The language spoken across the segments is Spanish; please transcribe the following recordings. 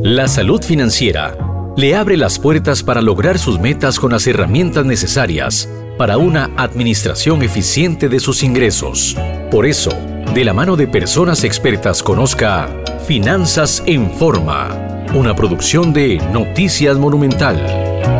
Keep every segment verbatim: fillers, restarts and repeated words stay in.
La salud financiera le abre las puertas para lograr sus metas con las herramientas necesarias para una administración eficiente de sus ingresos. Por eso, de la mano de personas expertas, conozca Finanzas en Forma, una producción de Noticias Monumental.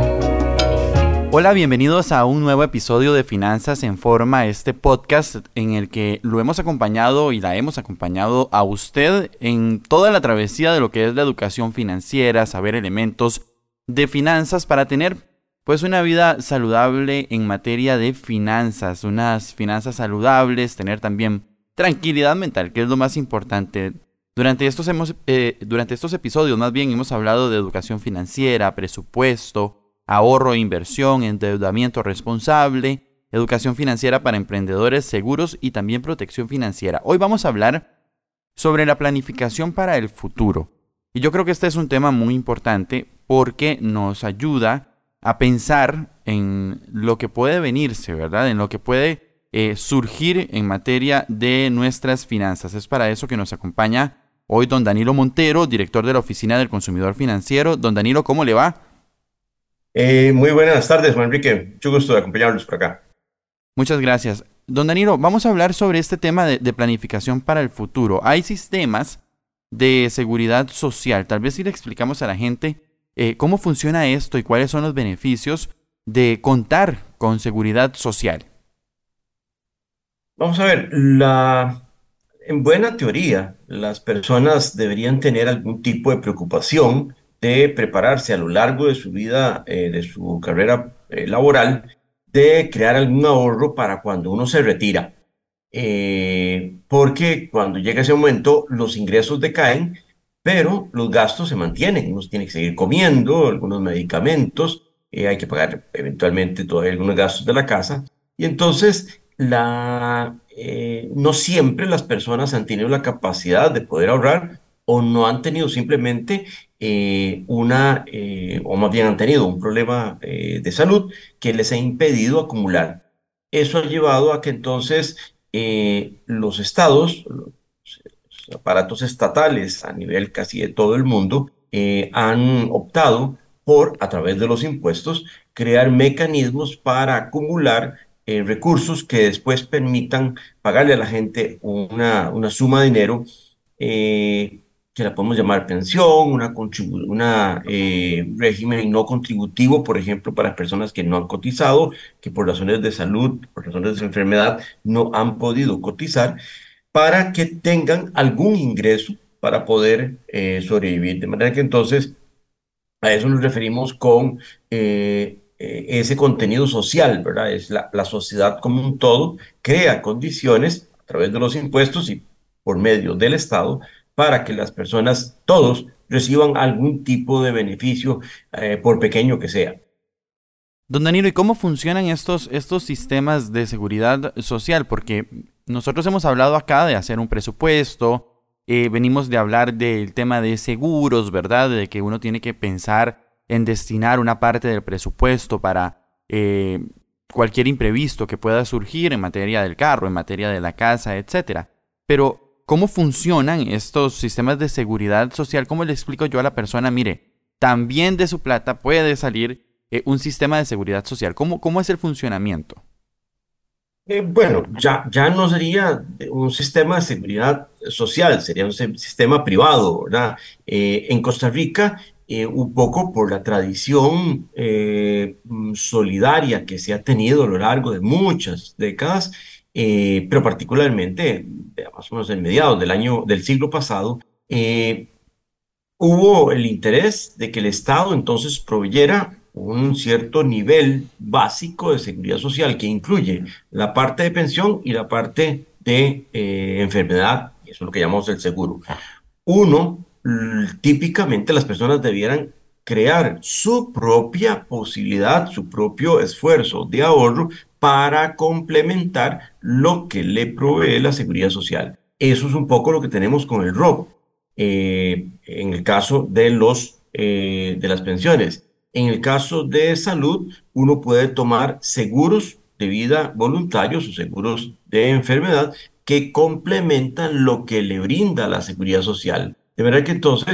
Hola, bienvenidos a un nuevo episodio de Finanzas en Forma, este podcast en el que lo hemos acompañado y la hemos acompañado a usted en toda la travesía de lo que es la educación financiera, saber elementos de finanzas para tener pues una vida saludable en materia de finanzas, unas finanzas saludables, tener también tranquilidad mental, que es lo más importante. Durante estos, hemos, eh, durante estos episodios más bien hemos hablado de educación financiera, presupuesto, ahorro e inversión, endeudamiento responsable, educación financiera para emprendedores, seguros y también protección financiera. Hoy vamos a hablar sobre la planificación para el futuro. Y yo creo que este es un tema muy importante porque nos ayuda a pensar en lo que puede venirse, ¿verdad? En lo que puede eh, surgir en materia de nuestras finanzas. Es para eso que nos acompaña hoy don Danilo Montero, director de la Oficina del Consumidor Financiero. Don Danilo, ¿cómo le va? Eh, muy buenas tardes, Juan Enrique. Mucho gusto de acompañarlos por acá. Muchas gracias. Don Danilo, vamos a hablar sobre este tema de, de planificación para el futuro. Hay sistemas de seguridad social. Tal vez si le explicamos a la gente eh, cómo funciona esto y cuáles son los beneficios de contar con seguridad social. Vamos a ver, la, en buena teoría, las personas deberían tener algún tipo de preocupación de prepararse a lo largo de su vida, eh, de su carrera eh, laboral, de crear algún ahorro para cuando uno se retira. Eh, porque cuando llega ese momento, los ingresos decaen, pero los gastos se mantienen. Uno tiene que seguir comiendo, algunos medicamentos, eh, hay que pagar eventualmente todavía algunos gastos de la casa. Y entonces, la, eh, no siempre las personas han tenido la capacidad de poder ahorrar o no han tenido simplemente eh, una, eh, o más bien han tenido un problema eh, de salud que les ha impedido acumular. Eso ha llevado a que entonces eh, los estados, los aparatos estatales a nivel casi de todo el mundo, eh, han optado por, a través de los impuestos, crear mecanismos para acumular eh, recursos que después permitan pagarle a la gente una, una suma de dinero eh, que la podemos llamar pensión, una, contribu una eh, régimen no contributivo, por ejemplo, para personas que no han cotizado, que por razones de salud, por razones de enfermedad, no han podido cotizar, para que tengan algún ingreso para poder eh, sobrevivir. De manera que entonces a eso nos referimos con eh, eh, ese contenido social, ¿verdad? Es la, la sociedad como un todo crea condiciones a través de los impuestos y por medio del Estado para que las personas, todos, reciban algún tipo de beneficio, eh, por pequeño que sea. Don Danilo, ¿y cómo funcionan estos, estos sistemas de seguridad social? Porque nosotros hemos hablado acá de hacer un presupuesto, eh, venimos de hablar del tema de seguros, ¿verdad? De que uno tiene que pensar en destinar una parte del presupuesto para eh, cualquier imprevisto que pueda surgir en materia del carro, en materia de la casa, etcétera. Pero ¿cómo funcionan estos sistemas de seguridad social? ¿Cómo le explico yo a la persona? Mire, también de su plata puede salir eh, un sistema de seguridad social. ¿Cómo, cómo es el funcionamiento? Eh, bueno, ya, ya no sería un sistema de seguridad social, sería un se- sistema privado, ¿verdad? Eh, en Costa Rica, eh, un poco por la tradición eh, mm, solidaria que se ha tenido a lo largo de muchas décadas, eh, pero particularmente, eh, más o menos en mediados del año, del siglo pasado, eh, hubo el interés de que el Estado entonces proveyera un cierto nivel básico de seguridad social que incluye la parte de pensión y la parte de eh, enfermedad, y eso es lo que llamamos el seguro. Uno, l- típicamente las personas debieran crear su propia posibilidad, su propio esfuerzo de ahorro para complementar lo que le provee la seguridad social. Eso es un poco lo que tenemos con el R O P eh, en el caso de, los, eh, de las pensiones. En el caso de salud, uno puede tomar seguros de vida voluntarios o seguros de enfermedad que complementan lo que le brinda la seguridad social. De verdad que entonces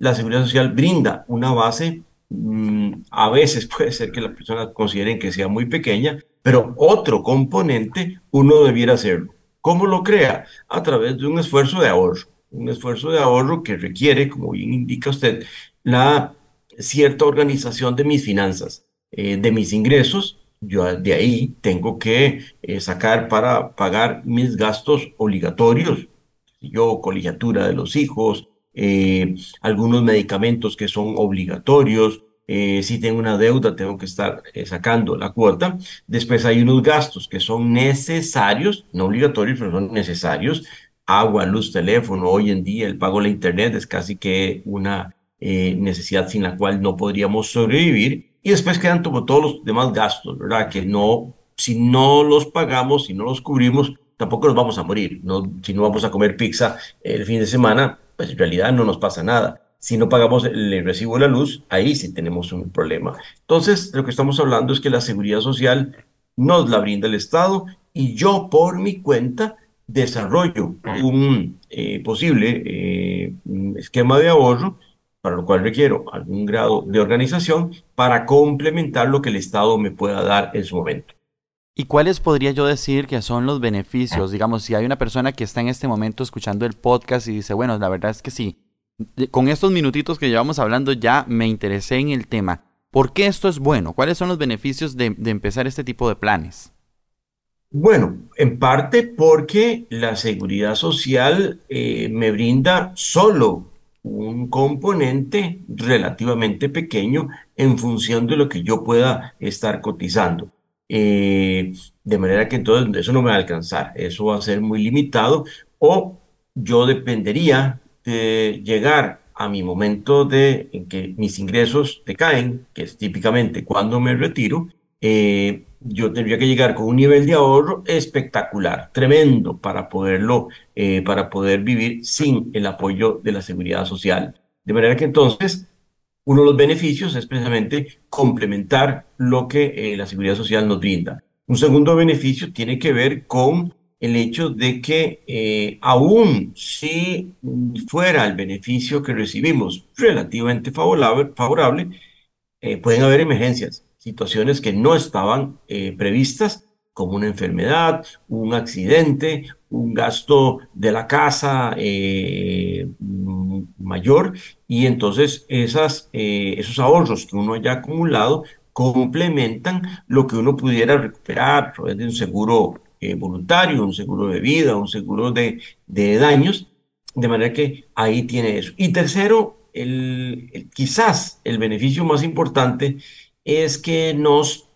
la seguridad social brinda una base, mm, a veces puede ser que las personas consideren que sea muy pequeña, pero otro componente uno debiera hacerlo. ¿Cómo lo crea? A través de un esfuerzo de ahorro. Un esfuerzo de ahorro que requiere, como bien indica usted, la cierta organización de mis finanzas, eh, de mis ingresos. Yo de ahí tengo que eh, sacar para pagar mis gastos obligatorios, yo, colegiatura de los hijos, eh, algunos medicamentos que son obligatorios. Eh, si tengo una deuda, tengo que estar eh, sacando la cuota. Después hay unos gastos que son necesarios, no obligatorios, pero son necesarios. Agua, luz, teléfono. Hoy en día el pago de la internet es casi que una eh, necesidad sin la cual no podríamos sobrevivir. Y después quedan como todos los demás gastos, ¿verdad? Que no, si no los pagamos, si no los cubrimos, tampoco nos vamos a morir. No, si no vamos a comer pizza el fin de semana, pues en realidad no nos pasa nada. Si no pagamos el recibo de la luz, ahí sí tenemos un problema. Entonces, lo que estamos hablando es que la seguridad social nos la brinda el Estado y yo por mi cuenta desarrollo un eh, posible eh, un esquema de ahorro, para lo cual requiero algún grado de organización para complementar lo que el Estado me pueda dar en su momento. ¿Y cuáles podría yo decir que son los beneficios? Digamos, si hay una persona que está en este momento escuchando el podcast y dice, bueno, la verdad es que sí, con estos minutitos que llevamos hablando ya me interesé en el tema. ¿Por qué esto es bueno? ¿Cuáles son los beneficios de, de empezar este tipo de planes? Bueno, en parte porque la seguridad social eh, me brinda solo un componente relativamente pequeño en función de lo que yo pueda estar cotizando. Eh, de manera que entonces eso no me va a alcanzar, eso va a ser muy limitado o yo dependería de llegar a mi momento de, en que mis ingresos decaen, que es típicamente cuando me retiro. eh, yo tendría que llegar con un nivel de ahorro espectacular, tremendo, para poderlo, eh, para poder vivir sin el apoyo de la seguridad social. De manera que entonces, uno de los beneficios es precisamente complementar lo que eh, la seguridad social nos brinda. Un segundo beneficio tiene que ver con el hecho de que eh, aún si fuera el beneficio que recibimos relativamente favorable, favorable eh, pueden haber emergencias, situaciones que no estaban eh, previstas, como una enfermedad, un accidente, un gasto de la casa eh, mm, mayor, y entonces esas, eh, esos ahorros que uno haya acumulado complementan lo que uno pudiera recuperar a través de un seguro eh, voluntario, un seguro de vida, un seguro de, de daños, de manera que ahí tiene eso. Y tercero, el, el- quizás el beneficio más importante es que nos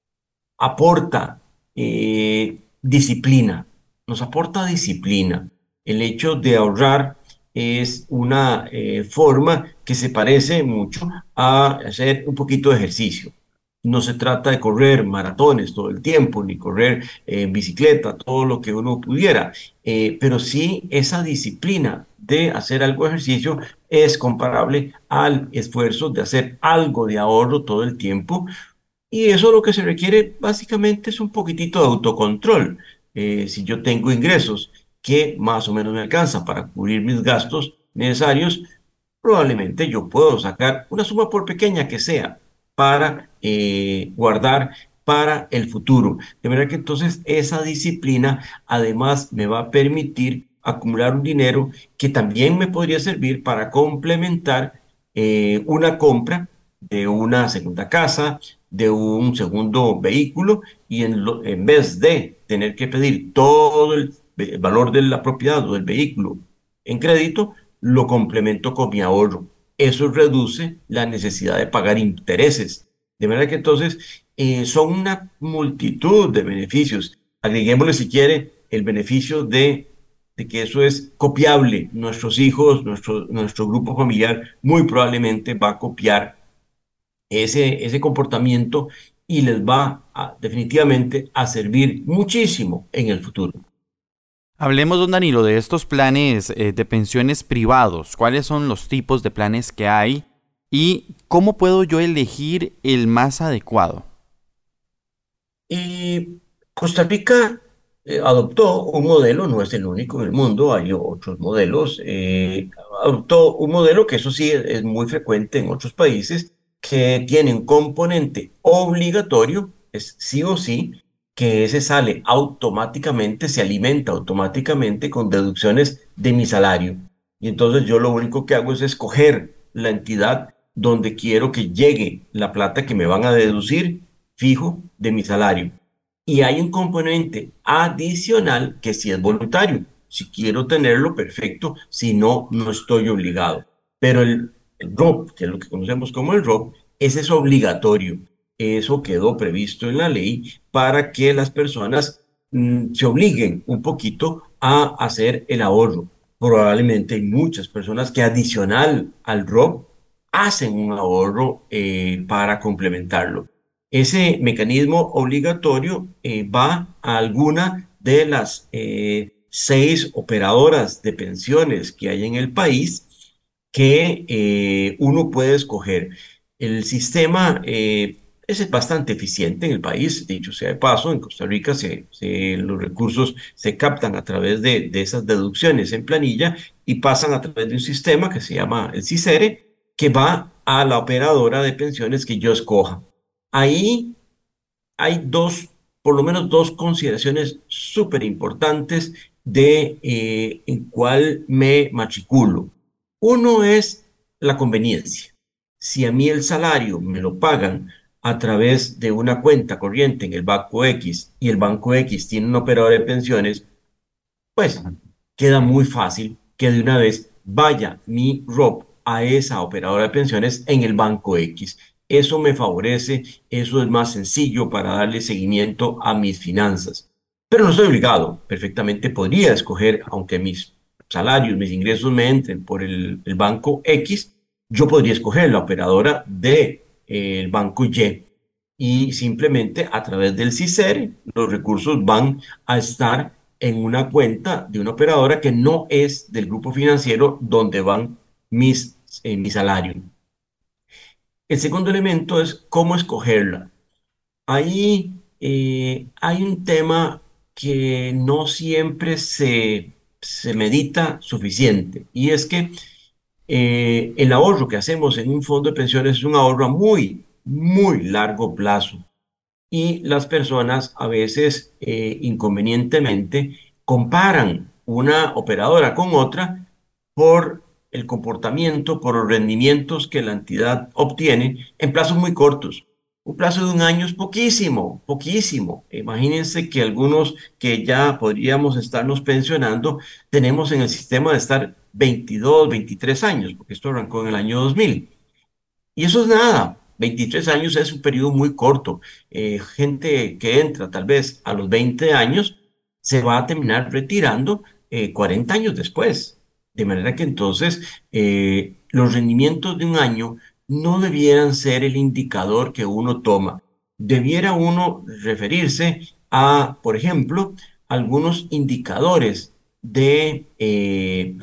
aporta eh, disciplina, nos aporta disciplina. El hecho de ahorrar es una eh, forma que se parece mucho a hacer un poquito de ejercicio. No se trata de correr maratones todo el tiempo, ni correr eh, en bicicleta, todo lo que uno pudiera, eh, pero sí esa disciplina de hacer algo de ejercicio es comparable al esfuerzo de hacer algo de ahorro todo el tiempo, y eso lo que se requiere básicamente es un poquitito de autocontrol. Eh, si yo tengo ingresos que más o menos me alcanzan para cubrir mis gastos necesarios, probablemente yo puedo sacar una suma por pequeña que sea para eh, guardar para el futuro. De manera que entonces esa disciplina además me va a permitir acumular un dinero que también me podría servir para complementar eh, una compra de una segunda casa, de un segundo vehículo, y en, lo- en vez de tener que pedir todo el, el valor de la propiedad o del vehículo en crédito, lo complemento con mi ahorro. Eso reduce la necesidad de pagar intereses. De manera que entonces eh, son una multitud de beneficios. Agreguémosle si quiere el beneficio de, de que eso es copiable. Nuestros hijos, nuestro, nuestro grupo familiar muy probablemente va a copiar ese, ese comportamiento y les va a, definitivamente a servir muchísimo en el futuro. Hablemos, don Danilo, de estos planes eh, de pensiones privados. ¿Cuáles son los tipos de planes que hay? ¿Y cómo puedo yo elegir el más adecuado? Y Costa Rica eh, adoptó un modelo, no es el único en el mundo, hay otros modelos, eh, adoptó un modelo que eso sí es, es muy frecuente en otros países, que tiene un componente obligatorio, es sí o sí, que ese sale automáticamente, se alimenta automáticamente con deducciones de mi salario. Y entonces yo lo único que hago es escoger la entidad donde quiero que llegue la plata que me van a deducir fijo de mi salario. Y hay un componente adicional que sí es voluntario. Si quiero tenerlo, perfecto. Si no, no estoy obligado. Pero el, el R O P, que es lo que conocemos como el R O P, ese es obligatorio. Eso quedó previsto en la ley para que las personas mm, se obliguen un poquito a hacer el ahorro. Probablemente hay muchas personas que adicional al R O P hacen un ahorro eh, para complementarlo. Ese mecanismo obligatorio eh, va a alguna de las eh, seis operadoras de pensiones que hay en el país que eh, uno puede escoger. El sistema eh, es bastante eficiente en el país, dicho sea de paso. En Costa Rica se, se- los recursos se captan a través de, de esas deducciones en planilla y pasan a través de un sistema que se llama el CICERE, que va a la operadora de pensiones que yo escoja. Ahí hay dos, por lo menos dos consideraciones súper importantes de eh, en cuál me matriculo. Uno es la conveniencia. Si a mí el salario me lo pagan a través de una cuenta corriente en el banco X y el banco X tiene un operador de pensiones, pues queda muy fácil que de una vez vaya mi R O P a esa operadora de pensiones en el banco X. Eso me favorece, eso es más sencillo para darle seguimiento a mis finanzas. Pero no estoy obligado, perfectamente podría escoger, aunque mis salarios, mis ingresos me entren por el, el banco X, yo podría escoger la operadora del de, banco Y. Y simplemente a través del CICER los recursos van a estar en una cuenta de una operadora que no es del grupo financiero donde van mis, eh, mi salario. El segundo elemento es cómo escogerla. Ahí eh, hay un tema que no siempre se, se medita suficiente, y es que eh, el ahorro que hacemos en un fondo de pensiones es un ahorro a muy, muy largo plazo. Y las personas a veces eh, inconvenientemente comparan una operadora con otra por el comportamiento, por los rendimientos que la entidad obtiene en plazos muy cortos. Un plazo de un año es poquísimo, poquísimo. Imagínense que algunos que ya podríamos estarnos pensionando, tenemos en el sistema de estar veintidós, veintitrés años, porque esto arrancó en el año dos mil. Y eso es nada. veintitrés años es un periodo muy corto. Eh, gente que entra tal vez a los veinte años se va a terminar retirando eh, cuarenta años después. De manera que entonces eh, los rendimientos de un año no debieran ser el indicador que uno toma. Debiera uno referirse a, por ejemplo, algunos indicadores de, eh,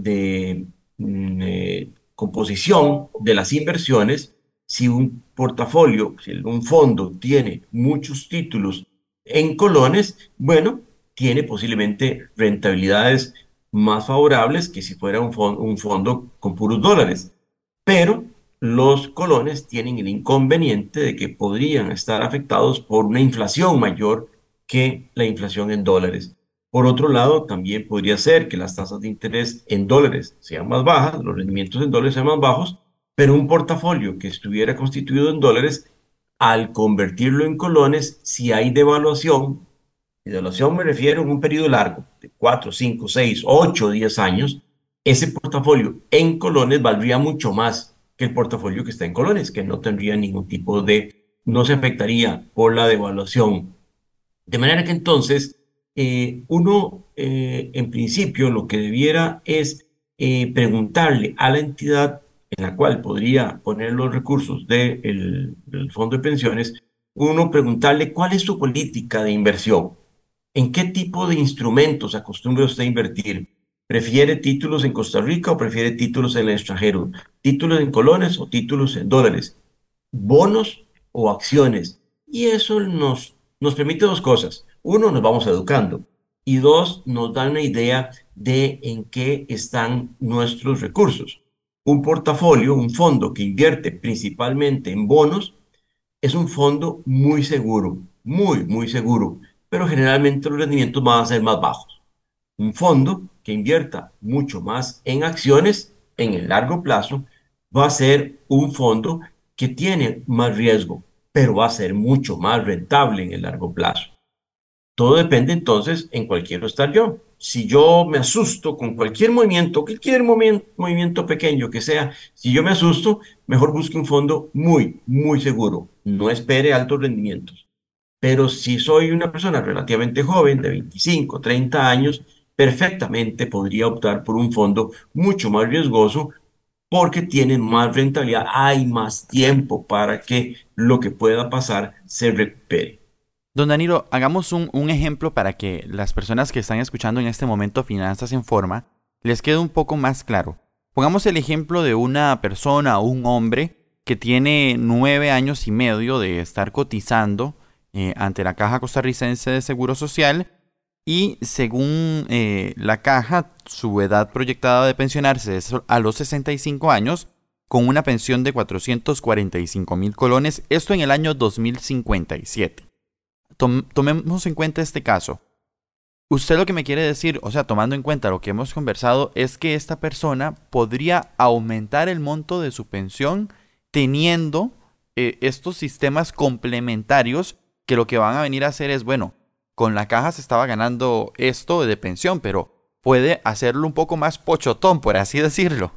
de mm, eh, composición de las inversiones. Si un portafolio, si un fondo tiene muchos títulos en colones, bueno, tiene posiblemente rentabilidades más favorables que si fuera un fondo, un fondo con puros dólares. Pero los colones tienen el inconveniente de que podrían estar afectados por una inflación mayor que la inflación en dólares. Por otro lado, también podría ser que las tasas de interés en dólares sean más bajas, los rendimientos en dólares sean más bajos, pero un portafolio que estuviera constituido en dólares, al convertirlo en colones, si hay devaluación, y devaluación me refiero en un periodo largo, de cuatro, cinco, seis, ocho, diez años, ese portafolio en colones valdría mucho más que el portafolio que está en colones, que no tendría ningún tipo de, no se afectaría por la devaluación. De manera que entonces, eh, uno eh, en principio lo que debiera es eh, preguntarle a la entidad en la cual podría poner los recursos del del fondo de pensiones, uno preguntarle cuál es su política de inversión, en qué tipo de instrumentos acostumbra usted a invertir. ¿Prefiere títulos en Costa Rica o prefiere títulos en el extranjero? ¿Títulos en colones o títulos en dólares? ¿Bonos o acciones? Y eso nos, nos permite dos cosas. Uno, nos vamos educando. y dos, nos da una idea de en qué están nuestros recursos. Un portafolio, un fondo que invierte principalmente en bonos, es un fondo muy seguro, muy, muy seguro, pero generalmente los rendimientos van a ser más bajos. Un fondo que invierta mucho más en acciones en el largo plazo va a ser un fondo que tiene más riesgo, pero va a ser mucho más rentable en el largo plazo. Todo depende entonces en cuál quiero estar yo. Si yo me asusto con cualquier movimiento, cualquier movi- movimiento pequeño que sea, si yo me asusto, mejor busque un fondo muy, muy seguro. No espere altos rendimientos. Pero si soy una persona relativamente joven, de veinticinco, treinta años, perfectamente podría optar por un fondo mucho más riesgoso porque tiene más rentabilidad. Hay más tiempo para que lo que pueda pasar se recupere. Don Danilo, hagamos un, un ejemplo para que las personas que están escuchando en este momento Finanzas en Forma les quede un poco más claro. Pongamos el ejemplo de una persona o un hombre que tiene nueve años y medio de estar cotizando eh, ante la Caja Costarricense de Seguro Social y según eh, la caja, su edad proyectada de pensionarse es a los sesenta y cinco años con una pensión de cuatrocientos cuarenta y cinco mil colones, esto en el año dos mil cincuenta y siete. Tom- tomemos en cuenta este caso. Usted lo que me quiere decir, o sea, tomando en cuenta lo que hemos conversado, es que esta persona podría aumentar el monto de su pensión teniendo eh, estos sistemas complementarios que lo que van a venir a hacer es, bueno, con la caja se estaba ganando esto de pensión, pero puede hacerlo un poco más pochotón, por así decirlo.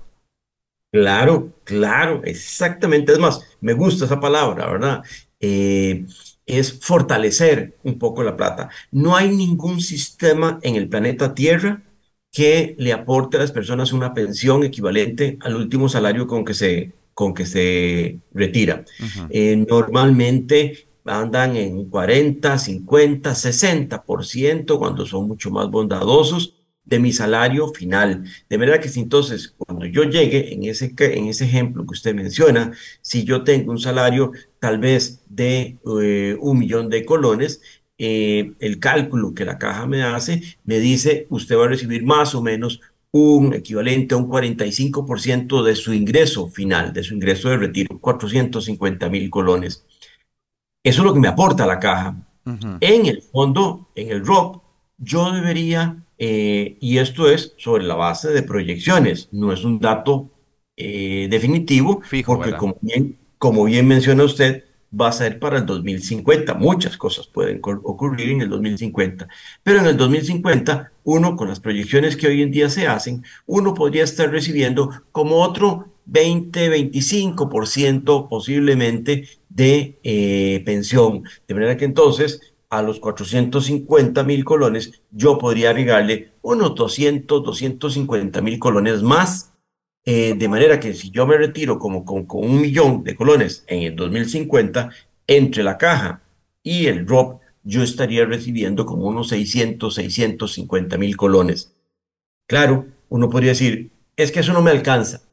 Claro, claro, exactamente. Es más, me gusta esa palabra, ¿verdad? Eh, es fortalecer un poco la plata. No hay ningún sistema en el planeta Tierra que le aporte a las personas una pensión equivalente al último salario con que se, con que se retira. Ujú. Eh, normalmente andan en cuarenta, cincuenta, sesenta por ciento cuando son mucho más bondadosos de mi salario final. De manera que si entonces, cuando yo llegue en ese, ca- en ese ejemplo que usted menciona, si yo tengo un salario tal vez de eh, un millón de colones, eh, el cálculo que la caja me hace me dice, usted va a recibir más o menos un equivalente a un cuarenta y cinco por ciento de su ingreso final, de su ingreso de retiro, cuatrocientos cincuenta mil colones. Eso es lo que me aporta la caja. Ujú. En el fondo, en el R O P, yo debería, eh, y esto es sobre la base de proyecciones, no es un dato eh, definitivo, Fijo, porque ¿verdad? como bien, como bien menciona usted, va a ser para el dos mil cincuenta. Muchas cosas pueden cor- ocurrir en el dos mil cincuenta, pero en el dos mil cincuenta, uno con las proyecciones que hoy en día se hacen, uno podría estar recibiendo como otro veinte, veinticinco por ciento posiblemente de eh, pensión. De manera que entonces a los cuatrocientos cincuenta mil colones yo podría agregarle unos doscientos, doscientos cincuenta mil colones más. Eh, de manera que si yo me retiro como con, con un millón de colones en el dos mil cincuenta, entre la caja y el R O P, yo estaría recibiendo como unos seiscientos, seiscientos cincuenta mil colones. Claro, uno podría decir, es que eso no me alcanza.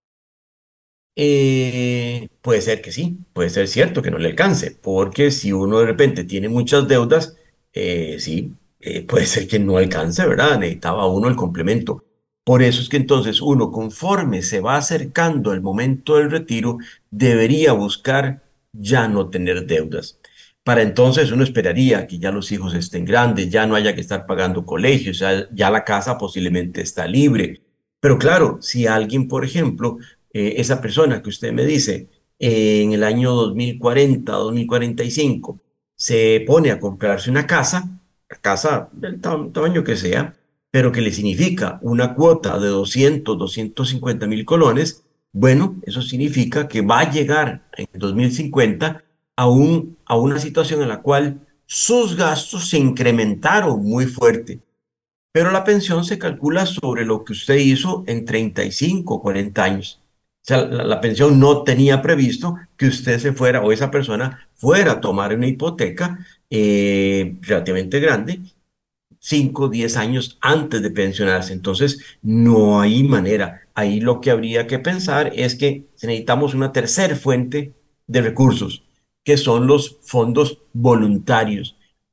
Eh, puede ser que sí, puede ser cierto que no le alcance, porque si uno de repente tiene muchas deudas, eh, sí, eh, puede ser que no alcance, ¿verdad? Necesitaba uno el complemento. Por eso es que entonces uno, conforme se va acercando el momento del retiro, debería buscar ya no tener deudas. Para entonces uno esperaría que ya los hijos estén grandes, ya no haya que estar pagando colegios, ya, ya la casa posiblemente está libre. Pero claro, si alguien, por ejemplo, eh, esa persona que usted me dice, eh, en el año dos mil cuarenta, dos mil cuarenta y cinco, se pone a comprarse una casa, la casa del tam- tamaño que sea, pero que le significa una cuota de doscientos, doscientos cincuenta mil colones, bueno, eso significa que va a llegar en el dos mil cincuenta a, un, a una situación en la cual sus gastos se incrementaron muy fuerte, pero la pensión se calcula sobre lo que usted hizo en treinta y cinco o cuarenta años. O sea, la, la pensión no tenía previsto que usted se fuera o esa persona fuera a tomar una hipoteca eh, relativamente grande cinco o diez años antes de pensionarse. Entonces, no hay manera. Ahí lo que habría que pensar es que necesitamos una tercera fuente de recursos, que son los fondos voluntarios.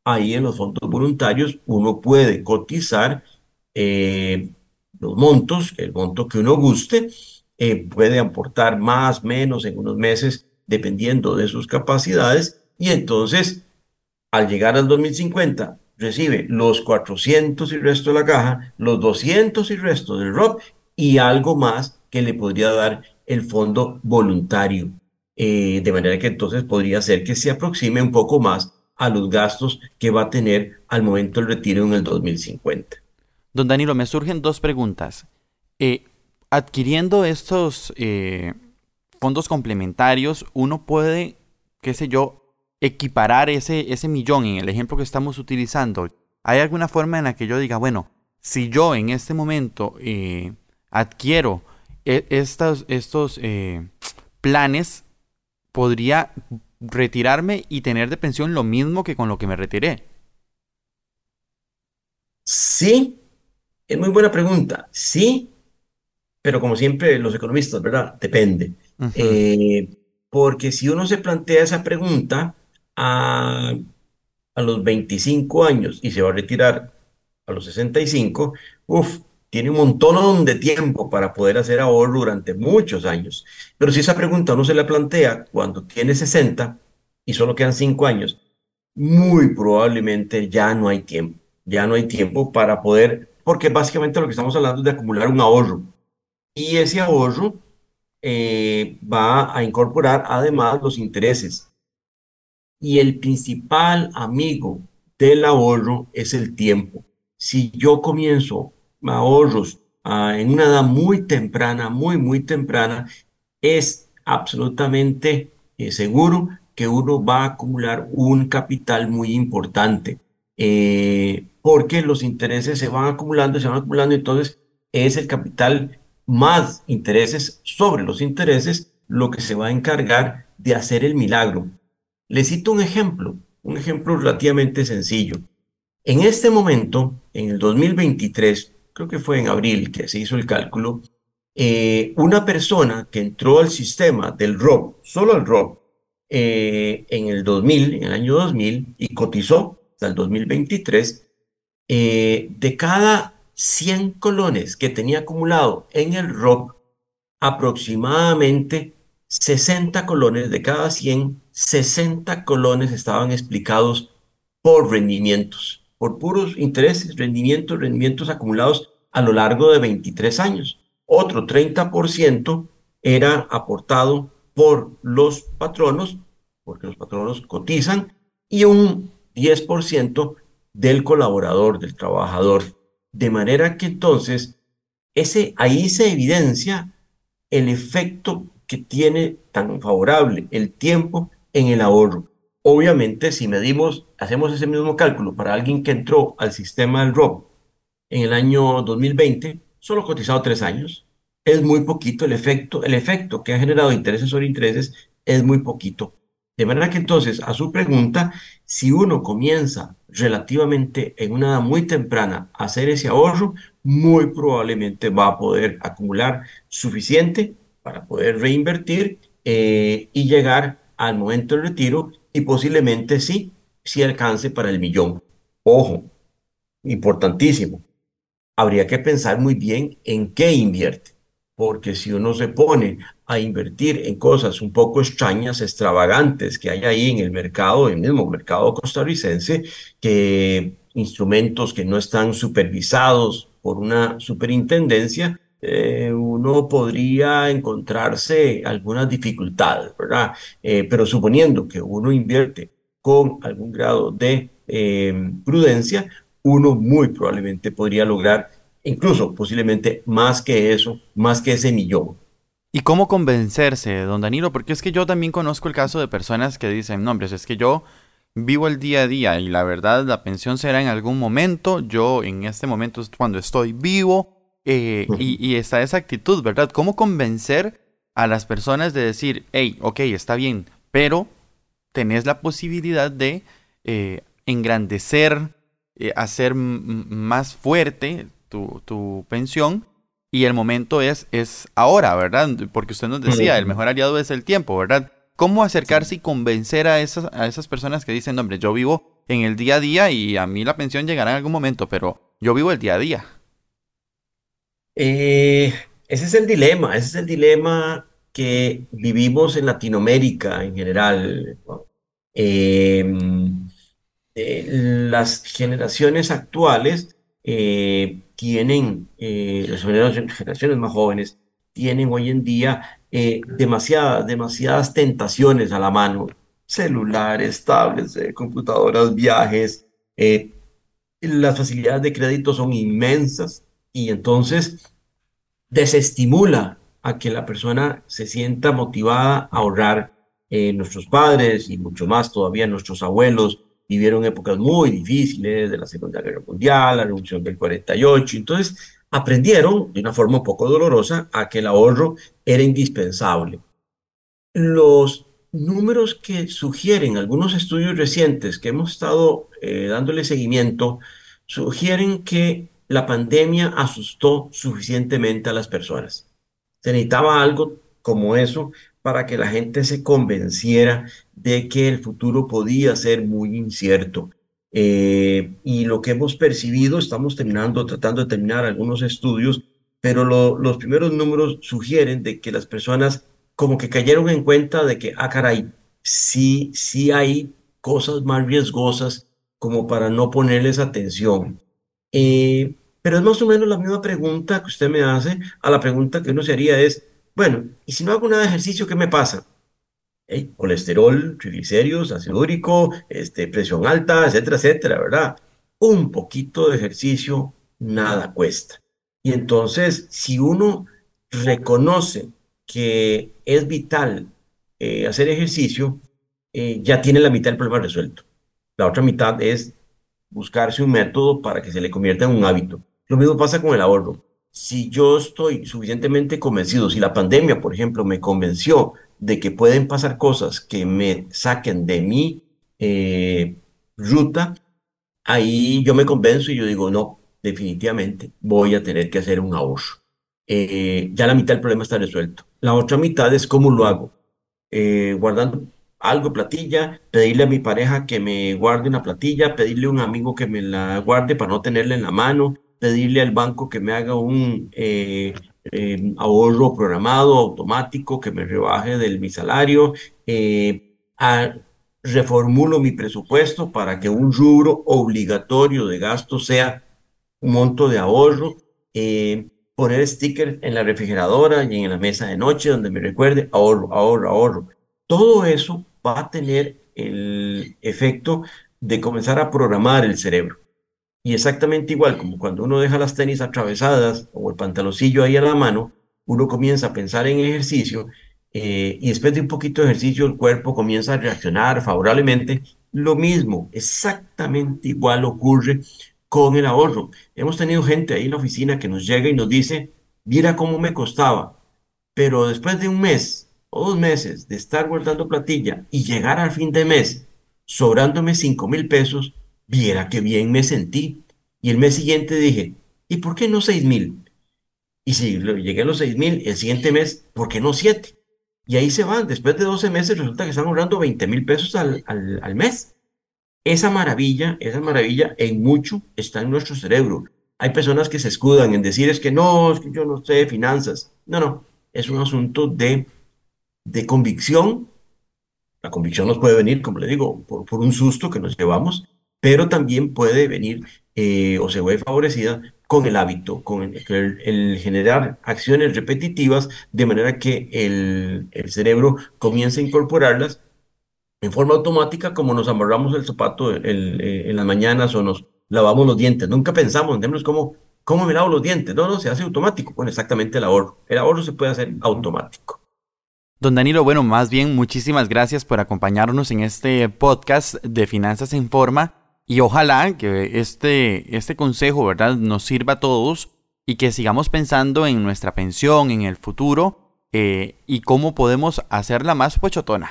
ahí en los fondos voluntarios uno puede cotizar eh, los montos, el monto que uno guste, eh, puede aportar más, menos en unos meses, dependiendo de sus capacidades, y entonces al llegar al dos mil cincuenta, recibe los cuatrocientos y resto de la caja, los doscientos y resto del R O P y algo más que le podría dar el fondo voluntario. Eh, de manera que entonces podría ser que se aproxime un poco más a los gastos que va a tener al momento del retiro en el dos mil cincuenta. Don Danilo, me surgen dos preguntas. Eh, adquiriendo estos eh, fondos complementarios, uno puede, qué sé yo, equiparar ese, ese millón en el ejemplo que estamos utilizando. ¿Hay alguna forma en la que yo diga, bueno, si yo en este momento eh, adquiero e- estos, estos eh, planes, podría retirarme y tener de pensión lo mismo que con lo que me retiré? Sí, es muy buena pregunta. Sí, pero como siempre los economistas, ¿verdad? Depende. Ujú. Eh, porque si uno se plantea esa pregunta a, a los veinticinco años y se va a retirar a los sesenta y cinco, uff, tiene un montón de tiempo para poder hacer ahorro durante muchos años. Pero si esa pregunta uno se la plantea cuando tiene sesenta y solo quedan cinco años, muy probablemente ya no hay tiempo. Ya no hay tiempo para poder, porque básicamente lo que estamos hablando es de acumular un ahorro. Y ese ahorro eh, va a incorporar además los intereses. Y el principal amigo del ahorro es el tiempo. Si yo comienzo ahorros ah, en una edad muy temprana, muy, muy temprana, es absolutamente eh, seguro que uno va a acumular un capital muy importante, eh, porque los intereses se van acumulando, se van acumulando, entonces es el capital más intereses sobre los intereses lo que se va a encargar de hacer el milagro. Le cito un ejemplo, un ejemplo relativamente sencillo. En este momento, en el dos mil veintitrés, creo que fue en abril que se hizo el cálculo, eh, una persona que entró al sistema del R O P, solo el R O P, eh, en el dos mil, en el año dos mil, y cotizó hasta el dos mil veintitrés, eh, de cada cien colones que tenía acumulado en el R O P, aproximadamente sesenta colones de cada cien, sesenta colones estaban explicados por rendimientos, por puros intereses, rendimientos, rendimientos acumulados a lo largo de veintitrés años. Otro treinta por ciento era aportado por los patronos, porque los patronos cotizan, y un diez por ciento del colaborador, del trabajador. De manera que entonces ese, ahí se evidencia el efecto que tiene tan favorable el tiempo en el ahorro. Obviamente, si medimos, hacemos ese mismo cálculo para alguien que entró al sistema del R O P en el año dos mil veinte, solo cotizado tres años, es muy poquito el efecto, el efecto que ha generado intereses sobre intereses es muy poquito. De manera que entonces, a su pregunta, si uno comienza relativamente en una edad muy temprana a hacer ese ahorro, muy probablemente va a poder acumular suficiente para poder reinvertir eh, y llegar al momento del retiro y posiblemente sí, sí alcance para el millón. Ojo, importantísimo, habría que pensar muy bien en qué invierte, porque si uno se pone a invertir en cosas un poco extrañas, extravagantes que hay ahí en el mercado, en el mismo mercado costarricense, que instrumentos que no están supervisados por una superintendencia, eh, uno podría encontrarse algunas dificultades, ¿verdad? Eh, pero suponiendo que uno invierte con algún grado de eh, prudencia, uno muy probablemente podría lograr incluso posiblemente más que eso, más que ese millón. ¿Y cómo convencerse, don Danilo? Porque es que yo también conozco el caso de personas que dicen, no, hombre, es que yo vivo el día a día y la verdad la pensión será en algún momento, yo en este momento es cuando estoy vivo eh, y, y está esa actitud, ¿verdad? ¿Cómo convencer a las personas de decir, hey, ok, está bien, pero tenés la posibilidad de eh, engrandecer, eh, hacer m- más fuerte tu, tu pensión? Y el momento es, es ahora, ¿verdad? Porque usted nos decía, el Ujú. mejor aliado es el tiempo, ¿verdad? ¿Cómo Sí. acercarse y convencer a esas, a esas personas que dicen, hombre, yo vivo en el día a día y a mí la pensión llegará en algún momento, pero yo vivo el día a día. Eh, ese es el dilema, ese es el dilema que vivimos en Latinoamérica en general, ¿no? Eh, eh, las generaciones actuales eh, tienen, eh, las generaciones, generaciones más jóvenes, tienen hoy en día eh, demasiadas, demasiadas tentaciones a la mano. Celulares, tablets, eh, computadoras, viajes, eh, las facilidades de crédito son inmensas y entonces desestimula a que la persona se sienta motivada a ahorrar. Eh, nuestros padres y mucho más todavía nuestros abuelos vivieron épocas muy difíciles de la Segunda Guerra Mundial, la Revolución del cuarenta y ocho, entonces aprendieron de una forma un poco dolorosa a que el ahorro era indispensable. Los números que sugieren algunos estudios recientes que hemos estado eh, dándole seguimiento sugieren que la pandemia asustó suficientemente a las personas. Se necesitaba algo como eso para que la gente se convenciera de que el futuro podía ser muy incierto. Eh, y lo que hemos percibido, estamos terminando, tratando de terminar algunos estudios, pero lo- los primeros números sugieren de que las personas como que cayeron en cuenta de que, ah, caray, sí, sí hay cosas más riesgosas como para no ponerles atención. Eh, pero es más o menos la misma pregunta que usted me hace a la pregunta que uno se haría es, bueno, ¿y si no hago nada de ejercicio, qué me pasa? Hey, colesterol, triglicéridos, ácido úrico, este, presión alta, etcétera, etcétera, ¿verdad? Un poquito de ejercicio, nada cuesta. Y entonces, si uno reconoce que es vital eh, hacer ejercicio, eh, ya tiene la mitad del problema resuelto. La otra mitad es buscarse un método para que se le convierta en un hábito. Lo mismo pasa con el ahorro. Si yo estoy suficientemente convencido, si la pandemia, por ejemplo, me convenció de que pueden pasar cosas que me saquen de mi eh, ruta, ahí yo me convenzo y yo digo, no, definitivamente voy a tener que hacer un ahorro. Eh, ya la mitad del problema está resuelto. La otra mitad es cómo lo hago. Eh, guardando algo, platilla, pedirle a mi pareja que me guarde una platilla, pedirle a un amigo que me la guarde para no tenerla en la mano, pedirle al banco que me haga un eh, eh, ahorro programado, automático, que me rebaje de mi salario, eh, a- reformulo mi presupuesto para que un rubro obligatorio de gasto sea un monto de ahorro, eh, poner stickers en la refrigeradora y en la mesa de noche donde me recuerde ahorro, ahorro, ahorro. Todo eso va a tener el efecto de comenzar a programar el cerebro. Y exactamente igual como cuando uno deja las tenis atravesadas o el pantaloncillo ahí a la mano, uno comienza a pensar en ejercicio eh, y después de un poquito de ejercicio el cuerpo comienza a reaccionar favorablemente. Lo mismo, exactamente igual ocurre con el ahorro. Hemos tenido gente ahí en la oficina que nos llega y nos dice, mira cómo me costaba, pero después de un mes o dos meses de estar guardando platilla y llegar al fin de mes sobrándome cinco mil pesos, viera qué bien me sentí. Y el mes siguiente dije, ¿y por qué no seis mil? Y si lo- llegué a los seis mil, el siguiente mes, ¿por qué no siete? Y ahí se van. Después de doce meses resulta que están ahorrando veinte mil pesos al, al, al mes. Esa maravilla, esa maravilla en mucho está en nuestro cerebro. Hay personas que se escudan en decir es que no, es que yo no sé de finanzas. No, no, es un asunto de, de convicción. La convicción nos puede venir, como le digo, por, por un susto que nos llevamos, pero también puede venir eh, o se ve favorecida con el hábito, con el, el- el generar acciones repetitivas, de manera que el, el cerebro comience a incorporarlas en forma automática, como nos amarramos el zapato el- eh, en las mañanas o nos lavamos los dientes. Nunca pensamos en términos como, ¿cómo me lavo los dientes? No, no, se hace automático. Bueno, exactamente el ahorro. El ahorro se puede hacer automático. Don Danilo, bueno, más bien muchísimas gracias por acompañarnos en este podcast de Finanzas en Forma y ojalá que este, este consejo, ¿verdad?, nos sirva a todos y que sigamos pensando en nuestra pensión, en el futuro eh, y cómo podemos hacerla más pochotona.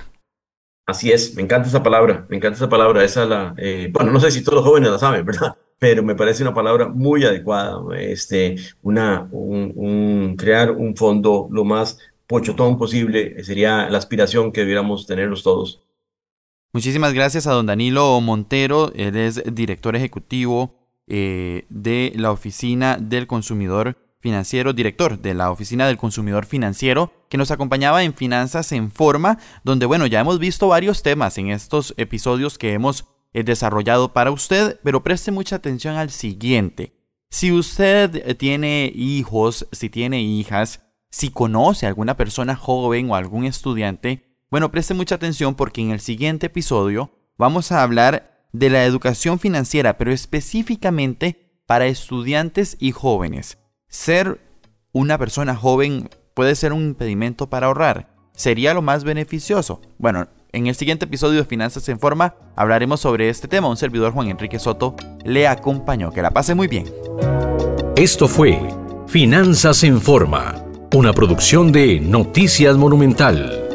Así es, me encanta esa palabra, me encanta esa palabra, esa la, eh, bueno, no sé si todos los jóvenes la saben, ¿verdad? Pero me parece una palabra muy adecuada, este, una, un, un- crear un fondo lo más pochotón posible, eh, sería la aspiración que debiéramos tenerlos todos. Muchísimas gracias a don Danilo Montero, él es director ejecutivo eh, de la Oficina del Consumidor Financiero, director de la Oficina del Consumidor Financiero, que nos acompañaba en Finanzas en Forma, donde, bueno, ya hemos visto varios temas en estos episodios que hemos eh, desarrollado para usted, pero preste mucha atención al siguiente. Si usted tiene hijos, si tiene hijas, si conoce a alguna persona joven o algún estudiante, bueno, preste mucha atención porque en el siguiente episodio vamos a hablar de la educación financiera, pero específicamente para estudiantes y jóvenes. Ser una persona joven puede ser un impedimento para ahorrar. ¿Sería lo más beneficioso? Bueno, en el siguiente episodio de Finanzas en Forma hablaremos sobre este tema. Un servidor, Juan Enrique Soto, le acompañó. Que la pase muy bien. Esto fue Finanzas en Forma, una producción de Noticias Monumental.